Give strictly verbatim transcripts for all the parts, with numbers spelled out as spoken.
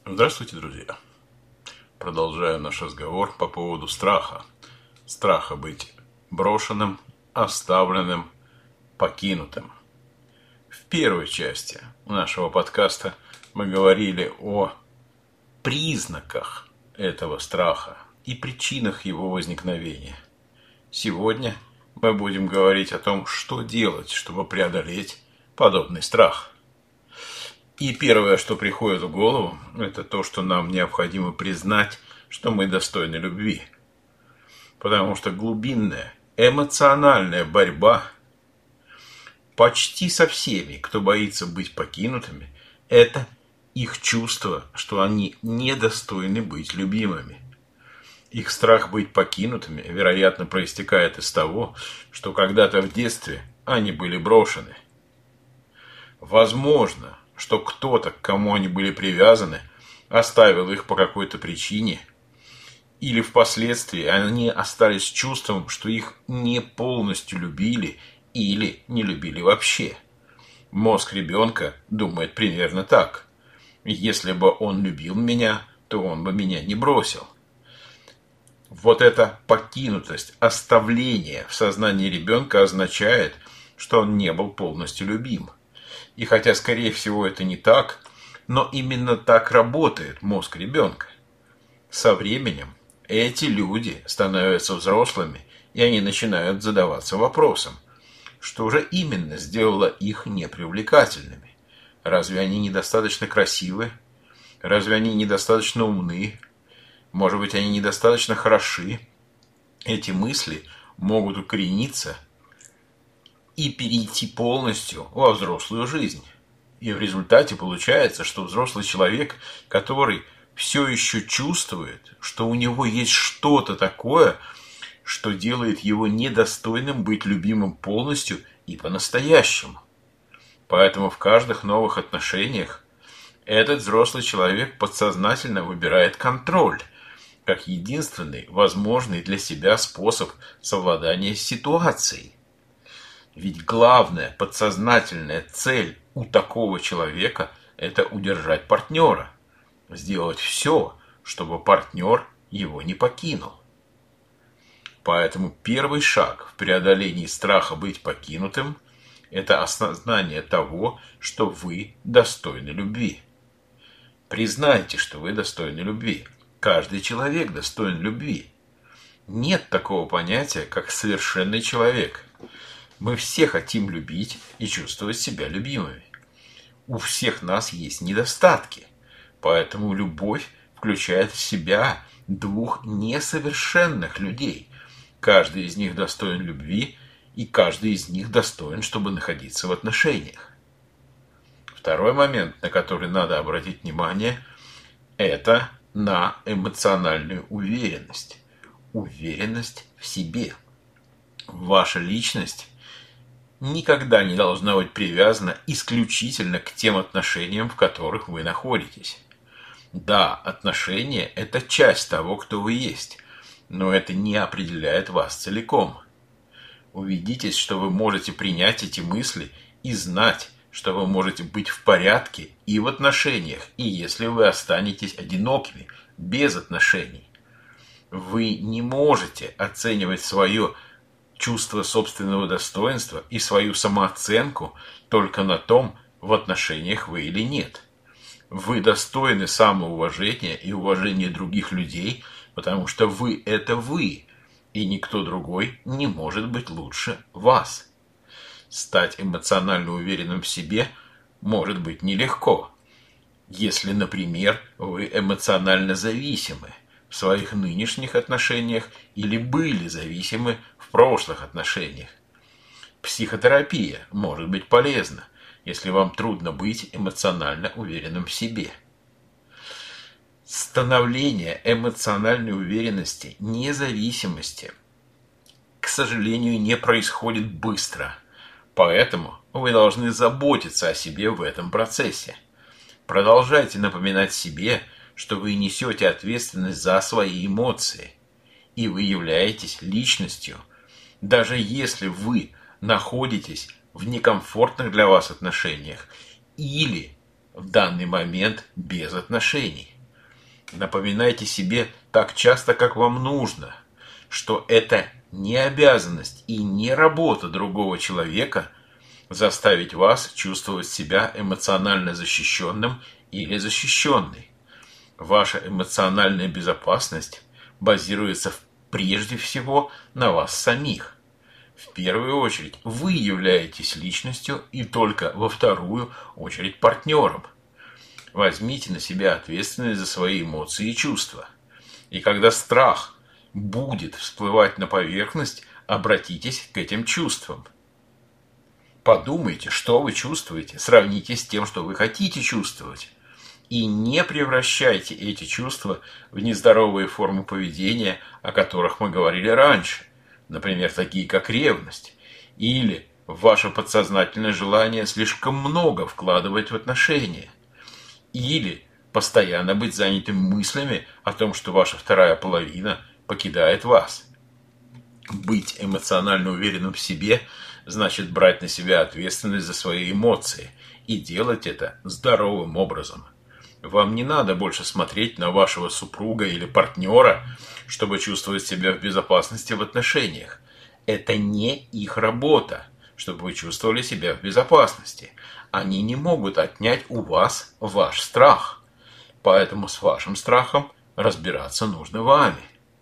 Здравствуйте, друзья! Продолжаем наш разговор по поводу страха. Страха быть брошенным, оставленным, покинутым. В первой части нашего подкаста мы говорили о признаках этого страха и причинах его возникновения. Сегодня мы будем говорить о том, что делать, чтобы преодолеть подобный страх. И первое, что приходит в голову, это то, что нам необходимо признать, что мы достойны любви. Потому что глубинная, эмоциональная борьба почти со всеми, кто боится быть покинутыми, это их чувство, что они недостойны быть любимыми. Их страх быть покинутыми, вероятно, проистекает из того, что когда-то в детстве они были брошены. Возможно, что кто-то, к кому они были привязаны, оставил их по какой-то причине, или впоследствии они остались с чувством, что их не полностью любили или не любили вообще. Мозг ребенка думает примерно так. Если бы он любил меня, то он бы меня не бросил. Вот эта покинутость, оставление в сознании ребенка означает, что он не был полностью любим. И хотя, скорее всего, это не так, но именно так работает мозг ребенка. Со временем эти люди становятся взрослыми, и они начинают задаваться вопросом, что же именно сделало их непривлекательными? Разве они недостаточно красивы? Разве они недостаточно умны? Может быть, они недостаточно хороши? Эти мысли могут укорениться и перейти полностью во взрослую жизнь. И в результате получается, что взрослый человек, который все еще чувствует, что у него есть что-то такое, что делает его недостойным быть любимым полностью и по-настоящему. Поэтому в каждых новых отношениях этот взрослый человек подсознательно выбирает контроль, как единственный возможный для себя способ совладания с ситуацией. Ведь главная подсознательная цель у такого человека – это удержать партнера, сделать все, чтобы партнер его не покинул. Поэтому первый шаг в преодолении страха быть покинутым – это осознание того, что вы достойны любви. Признайте, что вы достойны любви. Каждый человек достоин любви. Нет такого понятия, как совершенный человек. Мы все хотим любить и чувствовать себя любимыми. У всех нас есть недостатки, поэтому любовь включает в себя двух несовершенных людей. Каждый из них достоин любви, и каждый из них достоин, чтобы находиться в отношениях. Второй момент, на который надо обратить внимание, это на эмоциональную уверенность. Уверенность в себе. Ваша личность никогда не должна быть привязана исключительно к тем отношениям, в которых вы находитесь. Да, отношения – это часть того, кто вы есть, но это не определяет вас целиком. Убедитесь, что вы можете принять эти мысли и знать, что вы можете быть в порядке и в отношениях, и если вы останетесь одинокими, без отношений. Вы не можете оценивать свое чувство собственного достоинства и свою самооценку только на том, в отношениях вы или нет. Вы достойны самоуважения и уважения других людей, потому что вы – это вы, и никто другой не может быть лучше вас. Стать эмоционально уверенным в себе может быть нелегко, если, например, вы эмоционально зависимы в своих нынешних отношениях или были зависимы в прошлых отношениях. Психотерапия может быть полезна, если вам трудно быть эмоционально уверенным в себе. Становление эмоциональной уверенности, независимости, к сожалению, не происходит быстро, поэтому вы должны заботиться о себе в этом процессе. Продолжайте напоминать себе, что вы несете ответственность за свои эмоции, и вы являетесь личностью, даже если вы находитесь в некомфортных для вас отношениях или в данный момент без отношений. Напоминайте себе так часто, как вам нужно, что это не обязанность и не работа другого человека заставить вас чувствовать себя эмоционально защищенным или защищенной. Ваша эмоциональная безопасность базируется прежде всего на вас самих. В первую очередь вы являетесь личностью и только во вторую очередь партнером. Возьмите на себя ответственность за свои эмоции и чувства. И когда страх будет всплывать на поверхность, обратитесь к этим чувствам. Подумайте, что вы чувствуете, сравните с тем, что вы хотите чувствовать. И не превращайте эти чувства в нездоровые формы поведения, о которых мы говорили раньше. Например, такие как ревность. Или в ваше подсознательное желание слишком много вкладывать в отношения. Или постоянно быть занятым мыслями о том, что ваша вторая половина покидает вас. Быть эмоционально уверенным в себе значит брать на себя ответственность за свои эмоции и делать это здоровым образом. Вам не надо больше смотреть на вашего супруга или партнера, чтобы чувствовать себя в безопасности в отношениях. Это не их работа, чтобы вы чувствовали себя в безопасности. Они не могут отнять у вас ваш страх. Поэтому с вашим страхом разбираться нужно вами.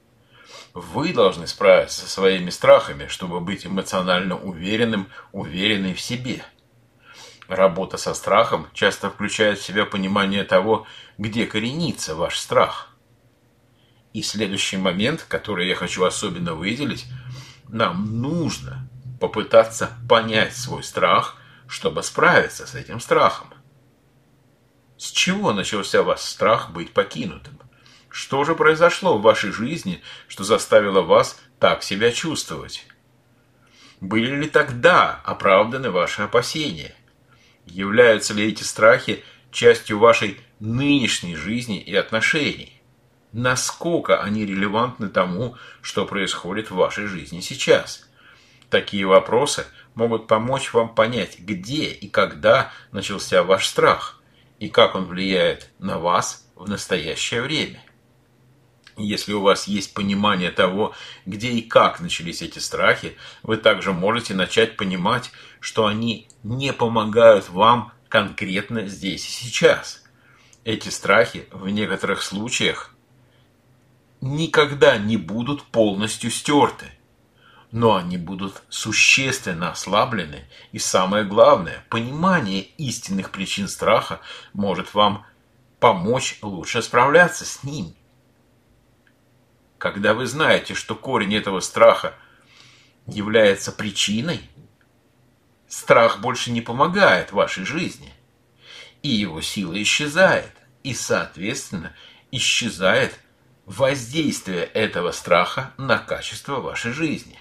Вы должны справиться со своими страхами, чтобы быть эмоционально уверенным, уверенной в себе. Работа со страхом часто включает в себя понимание того, где коренится ваш страх. И следующий момент, который я хочу особенно выделить, нам нужно попытаться понять свой страх, чтобы справиться с этим страхом. С чего начался ваш страх быть покинутым? Что же произошло в вашей жизни, что заставило вас так себя чувствовать? Были ли тогда оправданы ваши опасения? Являются ли эти страхи частью вашей нынешней жизни и отношений? Насколько они релевантны тому, что происходит в вашей жизни сейчас? Такие вопросы могут помочь вам понять, где и когда начался ваш страх, и как он влияет на вас в настоящее время. Если у вас есть понимание того, где и как начались эти страхи, вы также можете начать понимать, что они не помогают вам конкретно здесь и сейчас. Эти страхи в некоторых случаях никогда не будут полностью стерты, но они будут существенно ослаблены, и самое главное, понимание истинных причин страха может вам помочь лучше справляться с ним. Когда вы знаете, что корень этого страха является причиной, страх больше не помогает вашей жизни, и его сила исчезает, и, соответственно, исчезает воздействие этого страха на качество вашей жизни.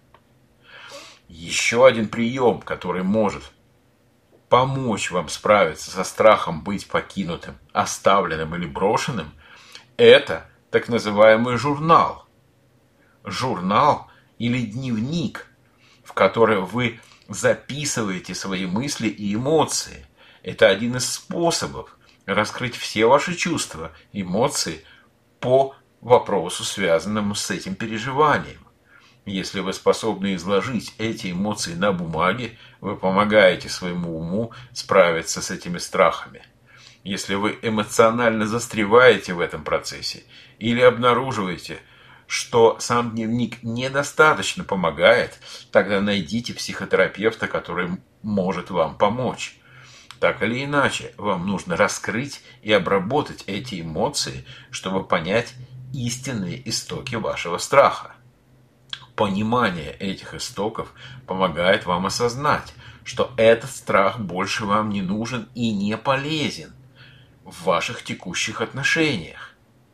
Еще один прием, который может помочь вам справиться со страхом быть покинутым, оставленным или брошенным, это так называемый журнал. Журнал или дневник, в который вы записываете свои мысли и эмоции. Это один из способов раскрыть все ваши чувства, эмоции по вопросу, связанному с этим переживанием. Если вы способны изложить эти эмоции на бумаге, вы помогаете своему уму справиться с этими страхами. Если вы эмоционально застреваете в этом процессе или обнаруживаете, что сам дневник недостаточно помогает, тогда найдите психотерапевта, который может вам помочь. Так или иначе, вам нужно раскрыть и обработать эти эмоции, чтобы понять истинные истоки вашего страха. Понимание этих истоков помогает вам осознать, что этот страх больше вам не нужен и не полезен в ваших текущих отношениях.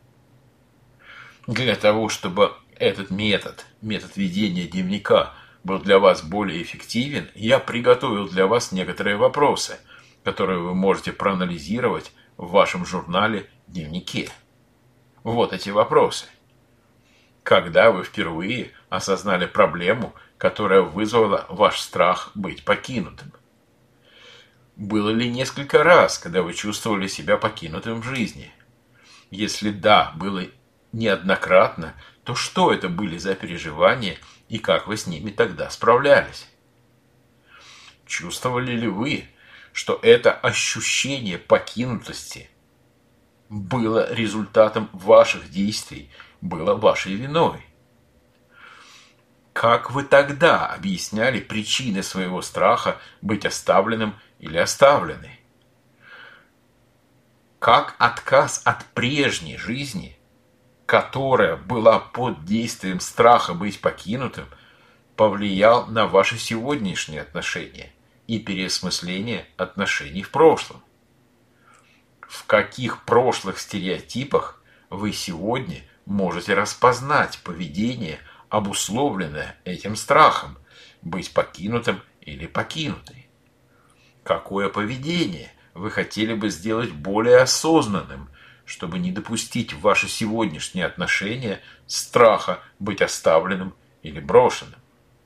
Для того, чтобы этот метод, метод ведения дневника, был для вас более эффективен, я приготовил для вас некоторые вопросы, которые вы можете проанализировать в вашем журнале-дневнике. Вот эти вопросы. Когда вы впервые осознали проблему, которая вызвала ваш страх быть покинутым? Было ли несколько раз, когда вы чувствовали себя покинутым в жизни? Если да, было неоднократно, то что это были за переживания и как вы с ними тогда справлялись? Чувствовали ли вы, что это ощущение покинутости было результатом ваших действий, было вашей виной? Как вы тогда объясняли причины своего страха быть оставленным или оставленной? Как отказ от прежней жизни, которая была под действием страха быть покинутым, повлиял на ваши сегодняшние отношения и переосмысление отношений в прошлом? В каких прошлых стереотипах вы сегодня можете распознать поведение, обусловленное этим страхом быть покинутым или покинутой? Какое поведение вы хотели бы сделать более осознанным, чтобы не допустить в ваши сегодняшние отношения страха быть оставленным или брошенным?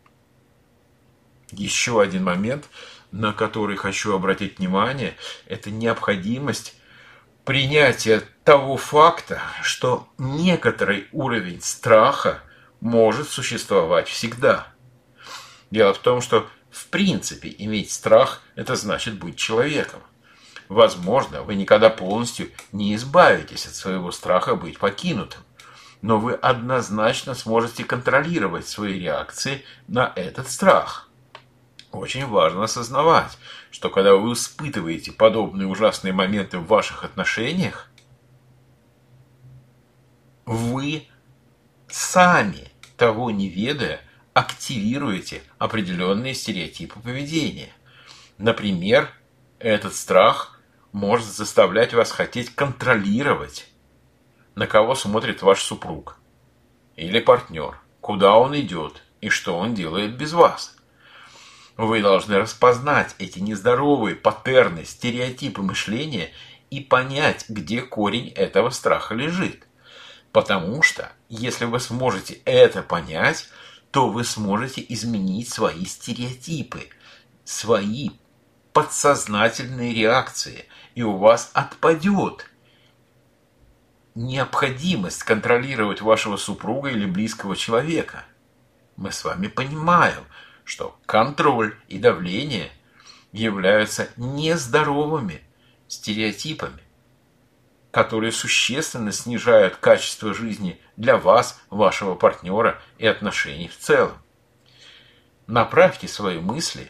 Еще один момент, на который хочу обратить внимание, это необходимость принятия того факта, что некоторый уровень страха может существовать всегда. Дело в том, что в принципе иметь страх – это значит быть человеком. Возможно, вы никогда полностью не избавитесь от своего страха быть покинутым, но вы однозначно сможете контролировать свои реакции на этот страх. Очень важно осознавать, что когда вы испытываете подобные ужасные моменты в ваших отношениях, вы сами, того не ведая, активируете определенные стереотипы поведения. Например, этот страх может заставлять вас хотеть контролировать, на кого смотрит ваш супруг или партнер, куда он идет и что он делает без вас. Вы должны распознать эти нездоровые паттерны, стереотипы мышления и понять, где корень этого страха лежит. Потому что, если вы сможете это понять, то вы сможете изменить свои стереотипы, свои подсознательные реакции, и у вас отпадет необходимость контролировать вашего супруга или близкого человека. Мы с вами понимаем, что контроль и давление являются нездоровыми стереотипами, которые существенно снижают качество жизни для вас, вашего партнера и отношений в целом. Направьте свои мысли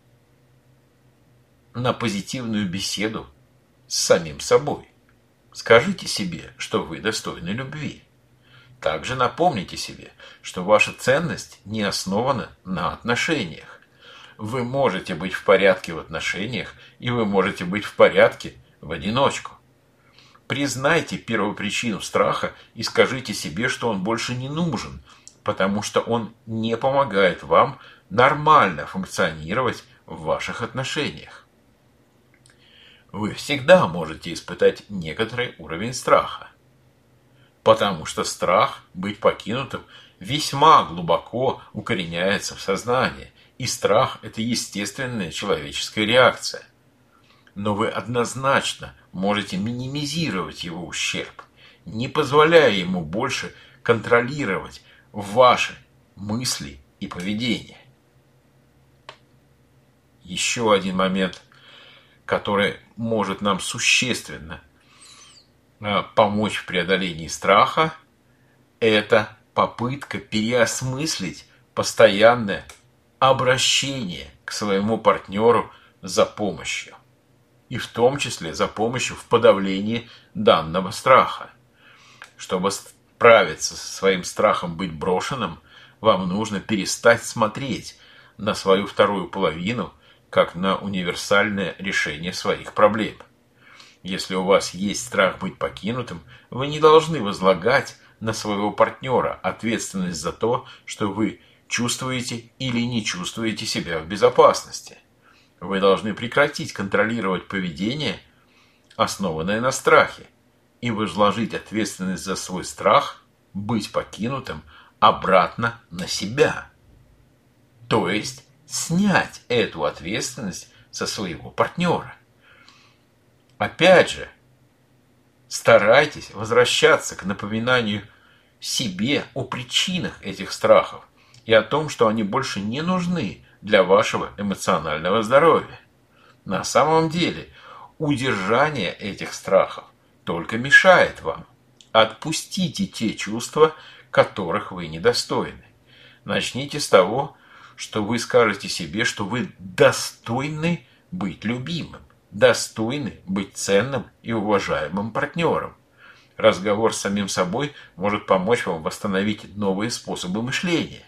на позитивную беседу с самим собой. Скажите себе, что вы достойны любви. Также напомните себе, что ваша ценность не основана на отношениях. Вы можете быть в порядке в отношениях, и вы можете быть в порядке в одиночку. Признайте первопричину страха и скажите себе, что он больше не нужен, потому что он не помогает вам нормально функционировать в ваших отношениях. Вы всегда можете испытать некоторый уровень страха, потому что страх быть покинутым весьма глубоко укореняется в сознании, и страх – это естественная человеческая реакция. Но вы однозначно можете минимизировать его ущерб, не позволяя ему больше контролировать ваши мысли и поведение. Еще один момент, который может нам существенно помочь в преодолении страха, это попытка переосмыслить постоянное обращение к своему партнеру за помощью. И в том числе за помощью в подавлении данного страха. Чтобы справиться со своим страхом быть брошенным, вам нужно перестать смотреть на свою вторую половину как на универсальное решение своих проблем. Если у вас есть страх быть покинутым, вы не должны возлагать на своего партнера ответственность за то, что вы чувствуете или не чувствуете себя в безопасности. Вы должны прекратить контролировать поведение, основанное на страхе, и возложить ответственность за свой страх быть покинутым обратно на себя. То есть снять эту ответственность со своего партнера. Опять же, Старайтесь возвращаться к напоминанию себе о причинах этих страхов и о том, что они больше не нужны для вашего эмоционального здоровья. На самом деле, удержание этих страхов только мешает вам. Отпустите те чувства, которых вы недостойны. Начните с того, что вы скажете себе, что вы достойны быть любимым, достойны быть ценным и уважаемым партнером. Разговор с самим собой может помочь вам восстановить новые способы мышления.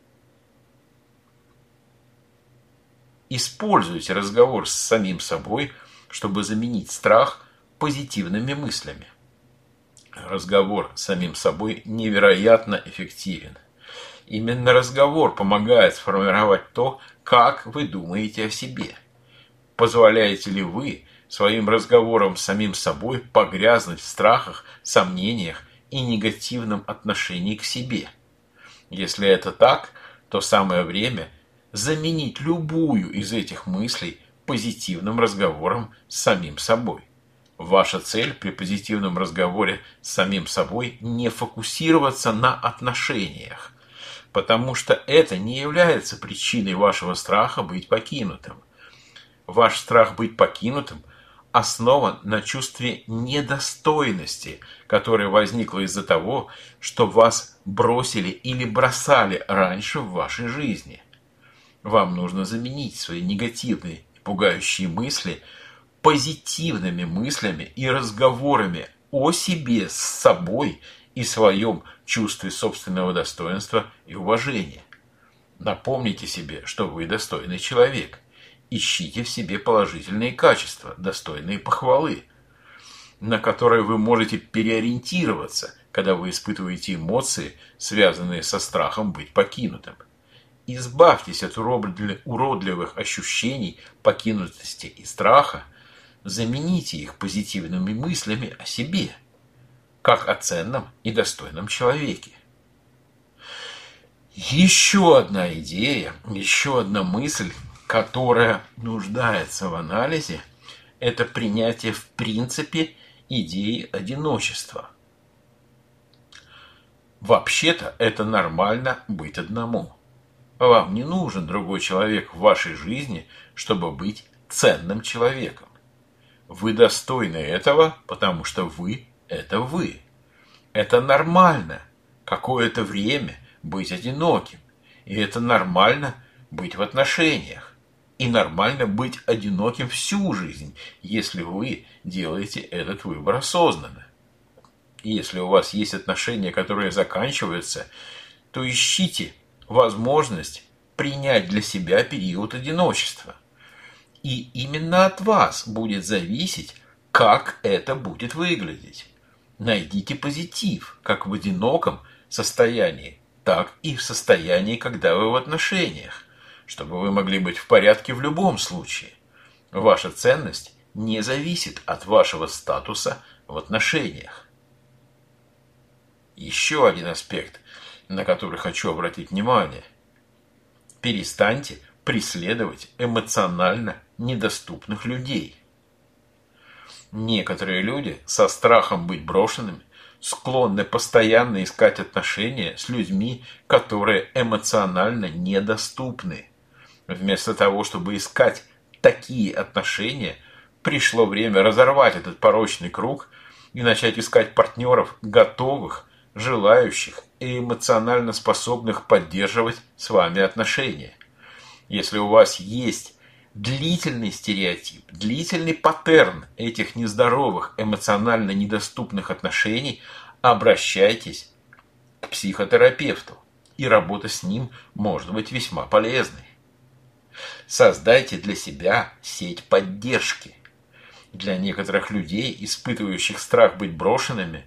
Используйте разговор с самим собой, чтобы заменить страх позитивными мыслями. Разговор с самим собой невероятно эффективен. Именно разговор помогает сформировать то, как вы думаете о себе. Позволяете ли вы своим разговором с самим собой погрязнуть в страхах, сомнениях и негативном отношении к себе? Если это так, то самое время заменить любую из этих мыслей позитивным разговором с самим собой. Ваша цель при позитивном разговоре с самим собой не фокусироваться на отношениях, потому что это не является причиной вашего страха быть покинутым. Ваш страх быть покинутым основан на чувстве недостойности, которое возникло из-за того, что вас бросили или бросали раньше в вашей жизни. Вам нужно заменить свои негативные и пугающие мысли позитивными мыслями и разговорами о себе с собой и своем чувстве собственного достоинства и уважения. Напомните себе, что вы достойный человек. Ищите в себе положительные качества, достойные похвалы, на которые вы можете переориентироваться, когда вы испытываете эмоции, связанные со страхом быть покинутым. Избавьтесь от уродливых ощущений покинутости и страха, замените их позитивными мыслями о себе, как о ценном и достойном человеке. Еще одна идея, еще одна мысль, которая нуждается в анализе, это принятие в принципе идеи одиночества. Вообще-то это нормально быть одному. Вам не нужен другой человек в вашей жизни, чтобы быть ценным человеком. Вы достойны этого, потому что вы – это вы. Это нормально какое-то время быть одиноким. И это нормально быть в отношениях. И нормально быть одиноким всю жизнь, если вы делаете этот выбор осознанно. И если у вас есть отношения, которые заканчиваются, то ищите возможность принять для себя период одиночества. И именно от вас будет зависеть, как это будет выглядеть. Найдите позитив, как в одиноком состоянии, так и в состоянии, когда вы в отношениях, чтобы вы могли быть в порядке в любом случае. Ваша ценность не зависит от вашего статуса в отношениях. Еще один аспект, на который хочу обратить внимание. Перестаньте преследовать эмоционально недоступных людей. Некоторые люди со страхом быть брошенными склонны постоянно искать отношения с людьми, которые эмоционально недоступны. Вместо того, чтобы искать такие отношения, пришло время разорвать этот порочный круг и начать искать партнеров, готовых, желающих и эмоционально способных поддерживать с вами отношения. Если у вас есть длительный стереотип, длительный паттерн этих нездоровых, эмоционально недоступных отношений, обращайтесь к психотерапевту, и работа с ним может быть весьма полезной. Создайте для себя сеть поддержки. Для некоторых людей, испытывающих страх быть брошенными,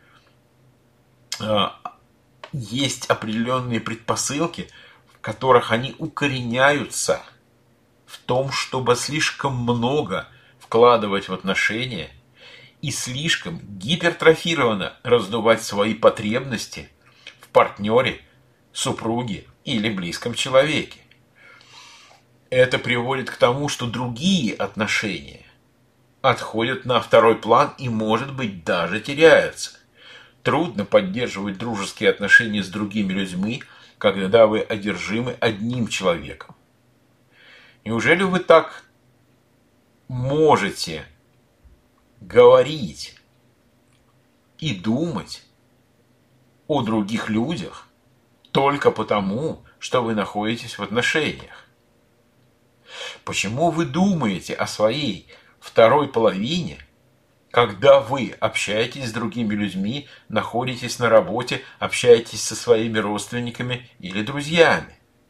есть определенные предпосылки, в которых они укореняются в том, чтобы слишком много вкладывать в отношения и слишком гипертрофированно раздувать свои потребности в партнере, супруге или близком человеке. Это приводит к тому, что другие отношения отходят на второй план и, может быть, даже теряются. Трудно поддерживать дружеские отношения с другими людьми, когда вы одержимы одним человеком. Неужели вы так можете говорить и думать о других людях только потому, что вы находитесь в отношениях? Почему вы думаете о своей второй половине, когда вы общаетесь с другими людьми, находитесь на работе, общаетесь со своими родственниками или друзьями?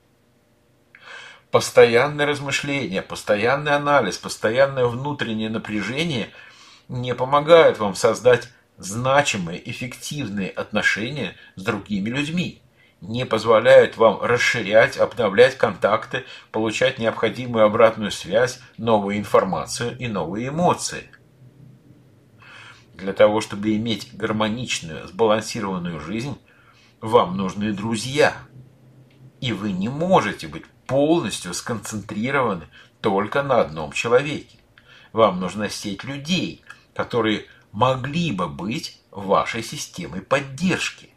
Постоянное размышление, постоянный анализ, постоянное внутреннее напряжение не помогают вам создать значимые, эффективные отношения с другими людьми, не позволяют вам расширять, обновлять контакты, получать необходимую обратную связь, новую информацию и новые эмоции. Для того, чтобы иметь гармоничную, сбалансированную жизнь, вам нужны друзья. И вы не можете быть полностью сконцентрированы только на одном человеке. Вам нужна сеть людей, которые могли бы быть вашей системой поддержки.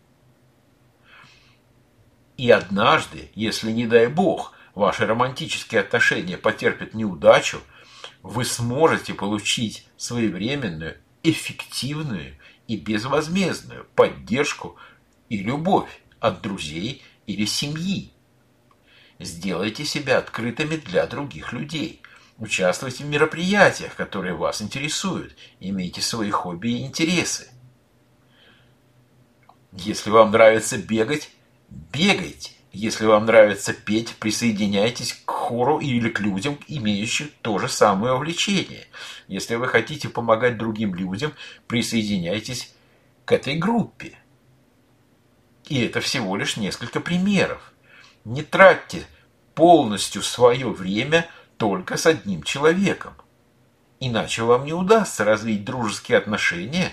И однажды, если, не дай бог, ваши романтические отношения потерпят неудачу, вы сможете получить своевременную, эффективную и безвозмездную поддержку и любовь от друзей или семьи. Сделайте себя открытыми для других людей. Участвуйте в мероприятиях, которые вас интересуют. Имейте свои хобби и интересы. Если вам нравится бегать, бегайте. Если вам нравится петь, присоединяйтесь к хору или к людям, имеющим то же самое увлечение. Если вы хотите помогать другим людям, присоединяйтесь к этой группе. И это всего лишь несколько примеров. Не тратьте полностью свое время только с одним человеком. Иначе вам не удастся развить дружеские отношения,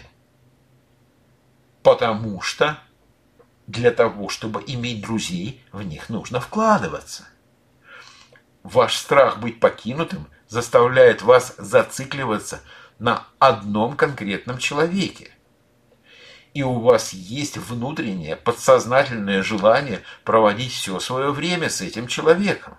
потому что для того, чтобы иметь друзей, в них нужно вкладываться. Ваш страх быть покинутым заставляет вас зацикливаться на одном конкретном человеке. И у вас есть внутреннее, подсознательное желание проводить все свое время с этим человеком.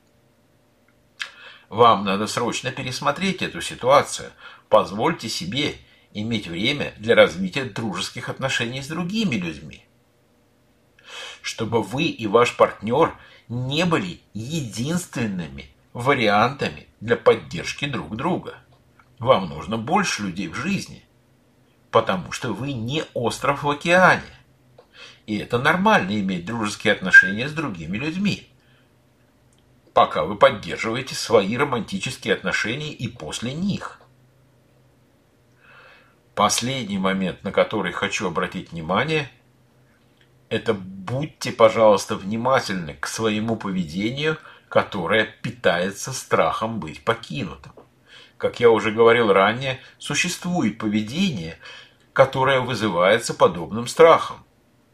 Вам надо срочно пересмотреть эту ситуацию. Позвольте себе иметь время для развития дружеских отношений с другими людьми. Чтобы вы и ваш партнер не были единственными вариантами для поддержки друг друга. Вам нужно больше людей в жизни, потому что вы не остров в океане. И это нормально иметь дружеские отношения с другими людьми, пока вы поддерживаете свои романтические отношения и после них. Последний момент, на который хочу обратить внимание, это будьте, пожалуйста, внимательны к своему поведению, которое питается страхом быть покинутым. Как я уже говорил ранее, существует поведение, которое вызывается подобным страхом.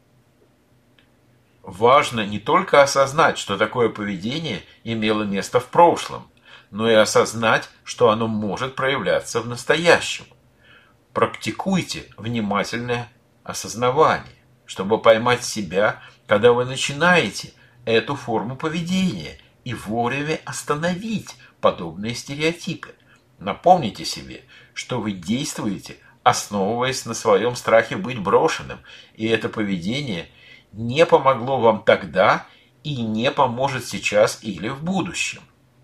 Важно не только осознать, что такое поведение имело место в прошлом, но и осознать, что оно может проявляться в настоящем. Практикуйте внимательное осознавание, чтобы поймать себя, когда вы начинаете эту форму поведения, и вовремя остановить подобные стереотипы. Напомните себе, что вы действуете, основываясь на своем страхе быть брошенным, и это поведение не помогло вам тогда и не поможет сейчас или в будущем.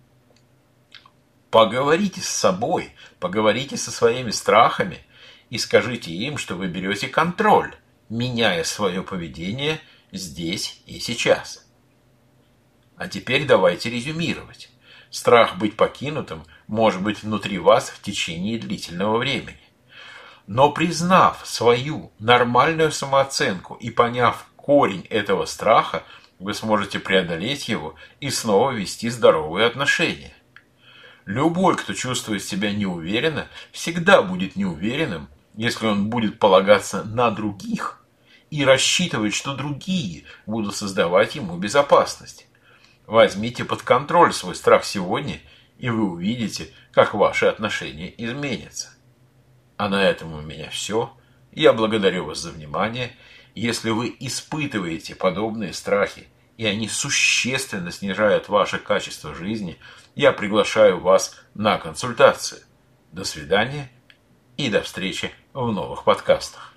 Поговорите с собой, поговорите со своими страхами и скажите им, что вы берете контроль, меняя свое поведение здесь и сейчас. А теперь давайте резюмировать. Страх быть покинутым может быть внутри вас в течение длительного времени. Но признав свою нормальную самооценку и поняв корень этого страха, вы сможете преодолеть его и снова вести здоровые отношения. Любой, кто чувствует себя неуверенно, всегда будет неуверенным, если он будет полагаться на других и рассчитывать, что другие будут создавать ему безопасность. Возьмите под контроль свой страх сегодня и вы увидите, как ваши отношения изменятся. А на этом у меня все. Я благодарю вас за внимание. Если вы испытываете подобные страхи, и они существенно снижают ваше качество жизни, я приглашаю вас на консультацию. До свидания и до встречи в новых подкастах.